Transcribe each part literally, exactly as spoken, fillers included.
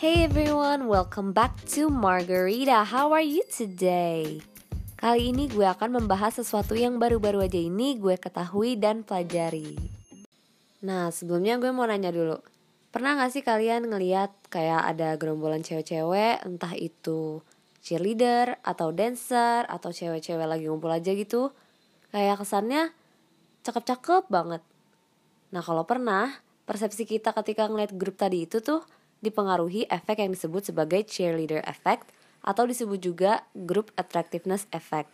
Hey everyone, welcome back to Margarita. How are you today? Kali ini gue akan membahas sesuatu yang baru-baru aja ini gue ketahui dan pelajari. Nah, sebelumnya gue mau nanya dulu. Pernah gak sih kalian ngeliat kayak ada gerombolan cewek-cewek, entah itu cheerleader atau dancer atau cewek-cewek lagi ngumpul aja gitu? Kayak kesannya cakep-cakep banget. Nah, kalau pernah, persepsi kita ketika ngeliat grup tadi itu tuh dipengaruhi efek yang disebut sebagai cheerleader effect atau disebut juga group attractiveness effect.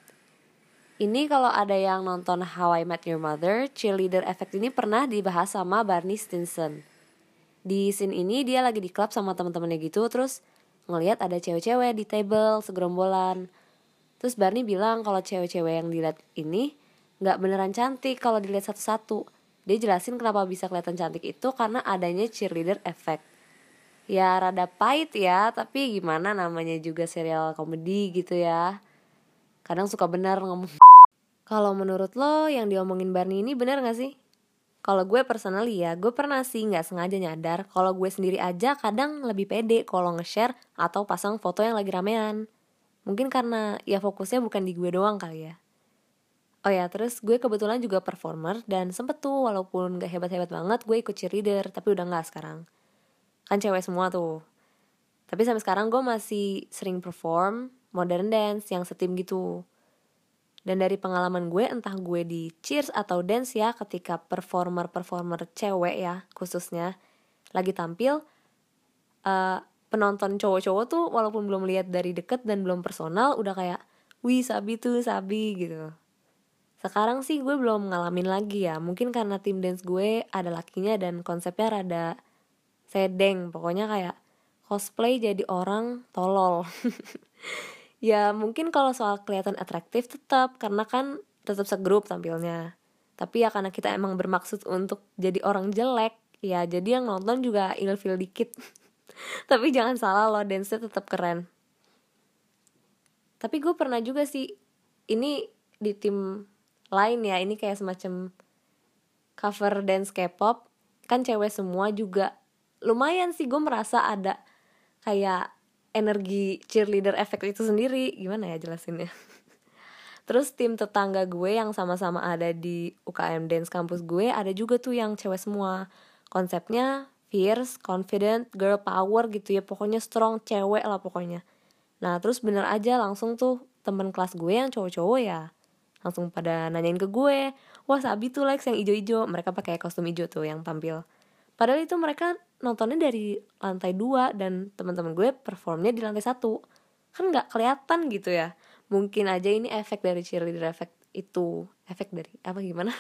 Ini kalau ada yang nonton How I Met Your Mother, cheerleader effect ini pernah dibahas sama Barney Stinson. Di scene ini dia lagi di klub sama teman-temannya gitu, terus ngelihat ada cewek-cewek di table segerombolan. Terus Barney bilang kalau cewek-cewek yang dilihat ini nggak beneran cantik kalau dilihat satu-satu. Dia jelasin kenapa bisa kelihatan cantik itu karena adanya cheerleader effect. Ya rada pahit ya, tapi gimana namanya juga serial komedi gitu ya. Kadang suka benar ngomong. Kalau menurut lo yang diomongin Barney ini benar gak sih? Kalau gue personally ya, gue pernah sih gak sengaja nyadar kalau gue sendiri aja kadang lebih pede kalau nge-share atau pasang foto yang lagi ramean. Mungkin karena ya fokusnya bukan di gue doang kali ya. Oh ya, terus gue kebetulan juga performer dan sempet tuh walaupun gak hebat-hebat banget gue ikut cheerleader, tapi udah gak sekarang. Kan cewek semua tuh. Tapi sampai sekarang gue masih sering perform modern dance yang setim gitu. Dan dari pengalaman gue, entah gue di cheers atau dance ya, ketika performer-performer cewek ya khususnya lagi tampil, uh, penonton cowok-cowok tuh walaupun belum lihat dari deket dan belum personal udah kayak, wih sabi tuh sabi gitu. Sekarang sih gue belum ngalamin lagi ya, mungkin karena tim dance gue ada lakinya dan konsepnya rada sedeng, pokoknya kayak cosplay jadi orang tolol. Ya mungkin kalau soal kelihatan atraktif tetap, karena kan tetap segrup tampilnya. Tapi ya karena kita emang bermaksud untuk jadi orang jelek, ya jadi yang nonton juga ilfil dikit. Tapi jangan salah loh, dance-nya tetap keren. Tapi gue pernah juga sih, ini di tim lain ya, ini kayak semacam cover dance K-pop, kan cewek semua juga. Lumayan sih gue merasa ada kayak energi cheerleader effect itu sendiri. Gimana ya jelasinnya. Terus tim tetangga gue yang sama-sama ada di U K M Dance kampus gue ada juga tuh yang cewek semua. Konsepnya fierce, confident, girl power gitu ya. Pokoknya strong cewek lah pokoknya. Nah terus bener aja langsung tuh temen kelas gue yang cowok-cowok ya langsung pada nanyain ke gue, wah sabi tuh Lex yang ijo-ijo. Mereka pakai kostum ijo tuh yang tampil. Padahal itu mereka nontonnya dari lantai dua dan teman-teman gue performnya di lantai satu. Kan nggak kelihatan gitu ya. Mungkin aja ini efek dari cheerleader effect itu. Efek dari apa gimana?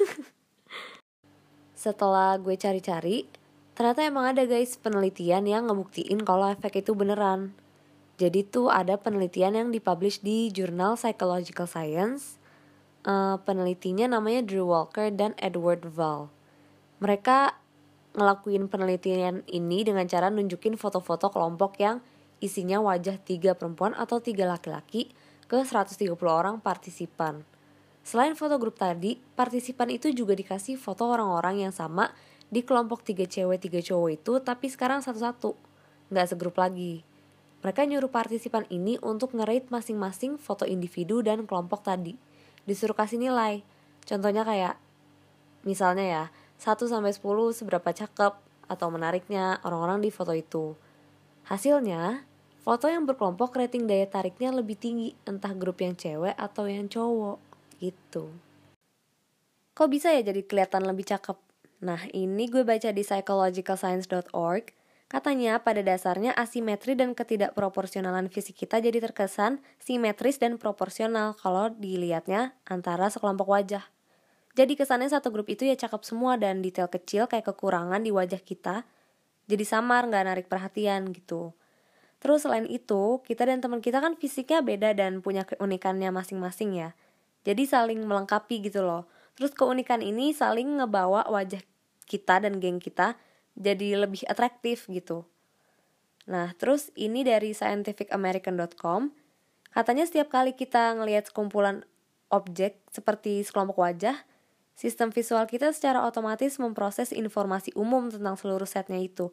Setelah gue cari-cari, ternyata emang ada guys penelitian yang ngebuktiin kalau efek itu beneran. Jadi tuh ada penelitian yang dipublish di jurnal Psychological Science. Uh, penelitinya namanya Drew Walker dan Edward Val. Mereka ngelakuin penelitian ini dengan cara nunjukin foto-foto kelompok yang isinya wajah tiga perempuan atau tiga laki-laki ke seratus tiga puluh orang partisipan. Selain foto grup tadi, partisipan itu juga dikasih foto orang-orang yang sama di kelompok tiga cewek tiga cowok itu, tapi sekarang satu-satu, gak segrup lagi. Mereka nyuruh partisipan ini untuk nge-rate masing-masing foto individu dan kelompok tadi. Disuruh kasih nilai. Contohnya kayak misalnya ya, satu sampai sepuluh seberapa cakep atau menariknya orang-orang di foto itu. Hasilnya, foto yang berkelompok rating daya tariknya lebih tinggi, entah grup yang cewek atau yang cowok gitu. Kok bisa ya jadi kelihatan lebih cakep? Nah, ini gue baca di psychological science dot org. Katanya pada dasarnya asimetri dan ketidakproporsionalan fisik kita jadi terkesan simetris dan proporsional kalau dilihatnya antara sekelompok wajah. Jadi kesannya satu grup itu ya cakep semua dan detail kecil kayak kekurangan di wajah kita jadi samar, gak narik perhatian gitu. Terus selain itu, kita dan teman kita kan fisiknya beda dan punya keunikannya masing-masing ya. Jadi saling melengkapi gitu loh. Terus keunikan ini saling ngebawa wajah kita dan geng kita jadi lebih atraktif gitu. Nah, terus ini dari scientific american dot com. Katanya setiap kali kita ngelihat sekumpulan objek seperti sekelompok wajah, sistem visual kita secara otomatis memproses informasi umum tentang seluruh setnya itu.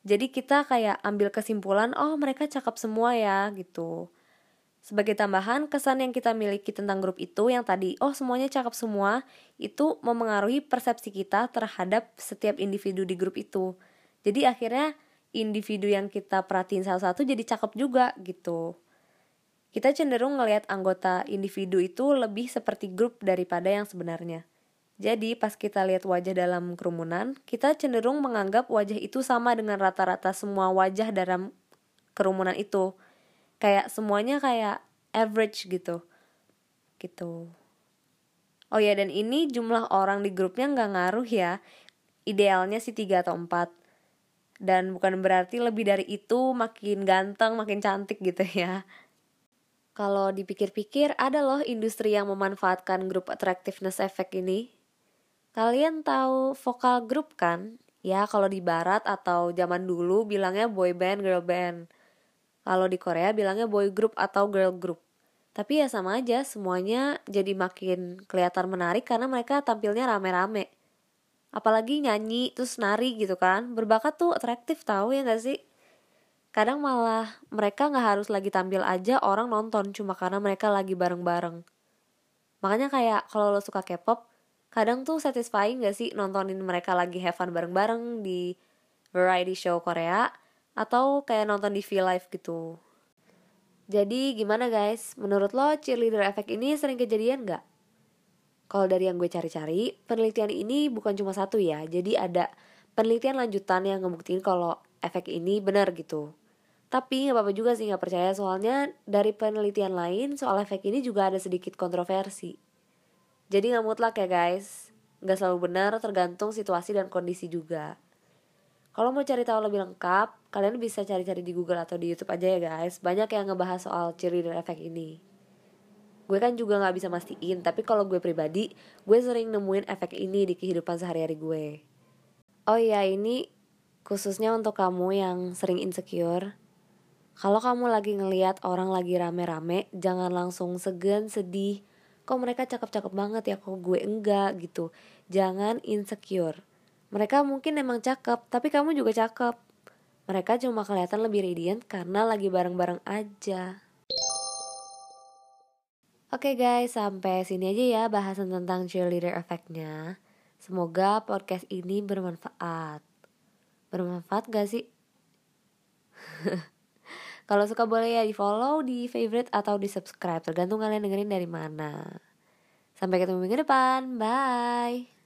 Jadi kita kayak ambil kesimpulan, oh mereka cakep semua ya gitu. Sebagai tambahan, kesan yang kita miliki tentang grup itu yang tadi, oh semuanya cakep semua, itu memengaruhi persepsi kita terhadap setiap individu di grup itu. Jadi akhirnya individu yang kita perhatiin satu-satu jadi cakep juga gitu. Kita cenderung ngelihat anggota individu itu lebih seperti grup daripada yang sebenarnya. Jadi pas kita lihat wajah dalam kerumunan, kita cenderung menganggap wajah itu sama dengan rata-rata semua wajah dalam kerumunan itu. Kayak semuanya kayak average gitu. Gitu. Oh ya, dan ini jumlah orang di grupnya gak ngaruh ya. Idealnya sih tiga atau empat. Dan bukan berarti lebih dari itu makin ganteng, makin cantik gitu ya. Kalau dipikir-pikir, ada loh industri yang memanfaatkan grup attractiveness effect ini. Kalian tahu vokal grup kan? Ya, kalau di barat atau zaman dulu bilangnya boy band, girl band. Kalau di Korea bilangnya boy group atau girl group. Tapi ya sama aja, semuanya jadi makin kelihatan menarik karena mereka tampilnya rame-rame. Apalagi nyanyi terus nari gitu kan, berbakat tuh atraktif tahu ya gak sih? Kadang malah mereka gak harus lagi tampil aja orang nonton cuma karena mereka lagi bareng-bareng. Makanya kayak kalau lo suka K-pop, kadang tuh satisfying gak sih nontonin mereka lagi have fun bareng-bareng di variety show Korea, atau kayak nonton di V-Live gitu. Jadi gimana guys, menurut lo cheerleader effect ini sering kejadian gak? Kalau dari yang gue cari-cari, penelitian ini bukan cuma satu ya. Jadi ada penelitian lanjutan yang ngebuktiin kalau efek ini benar gitu. Tapi gak apa-apa juga sih gak percaya, soalnya dari penelitian lain soal efek ini juga ada sedikit kontroversi. Jadi gak mutlak ya guys, gak selalu benar, tergantung situasi dan kondisi juga. Kalau mau cari tahu lebih lengkap, kalian bisa cari-cari di Google atau di YouTube aja ya guys. Banyak yang ngebahas soal cheerleader effect ini. Gue kan juga gak bisa mastiin, tapi kalau gue pribadi, gue sering nemuin efek ini di kehidupan sehari-hari gue. Oh iya, ini khususnya untuk kamu yang sering insecure. Kalau kamu lagi ngelihat orang lagi rame-rame, jangan langsung segan, sedih. Kok mereka cakep-cakep banget ya, kok gue enggak gitu. Jangan insecure. Mereka mungkin emang cakep, tapi kamu juga cakep. Mereka cuma kelihatan lebih radiant karena lagi bareng-bareng aja. Oke guys, sampai sini aja ya bahasan tentang cheerleader effect-nya. Semoga podcast ini bermanfaat. Bermanfaat gak sih? Kalau suka boleh ya di follow, di favorite atau di subscribe, tergantung kalian dengerin dari mana. Sampai ketemu minggu depan, bye.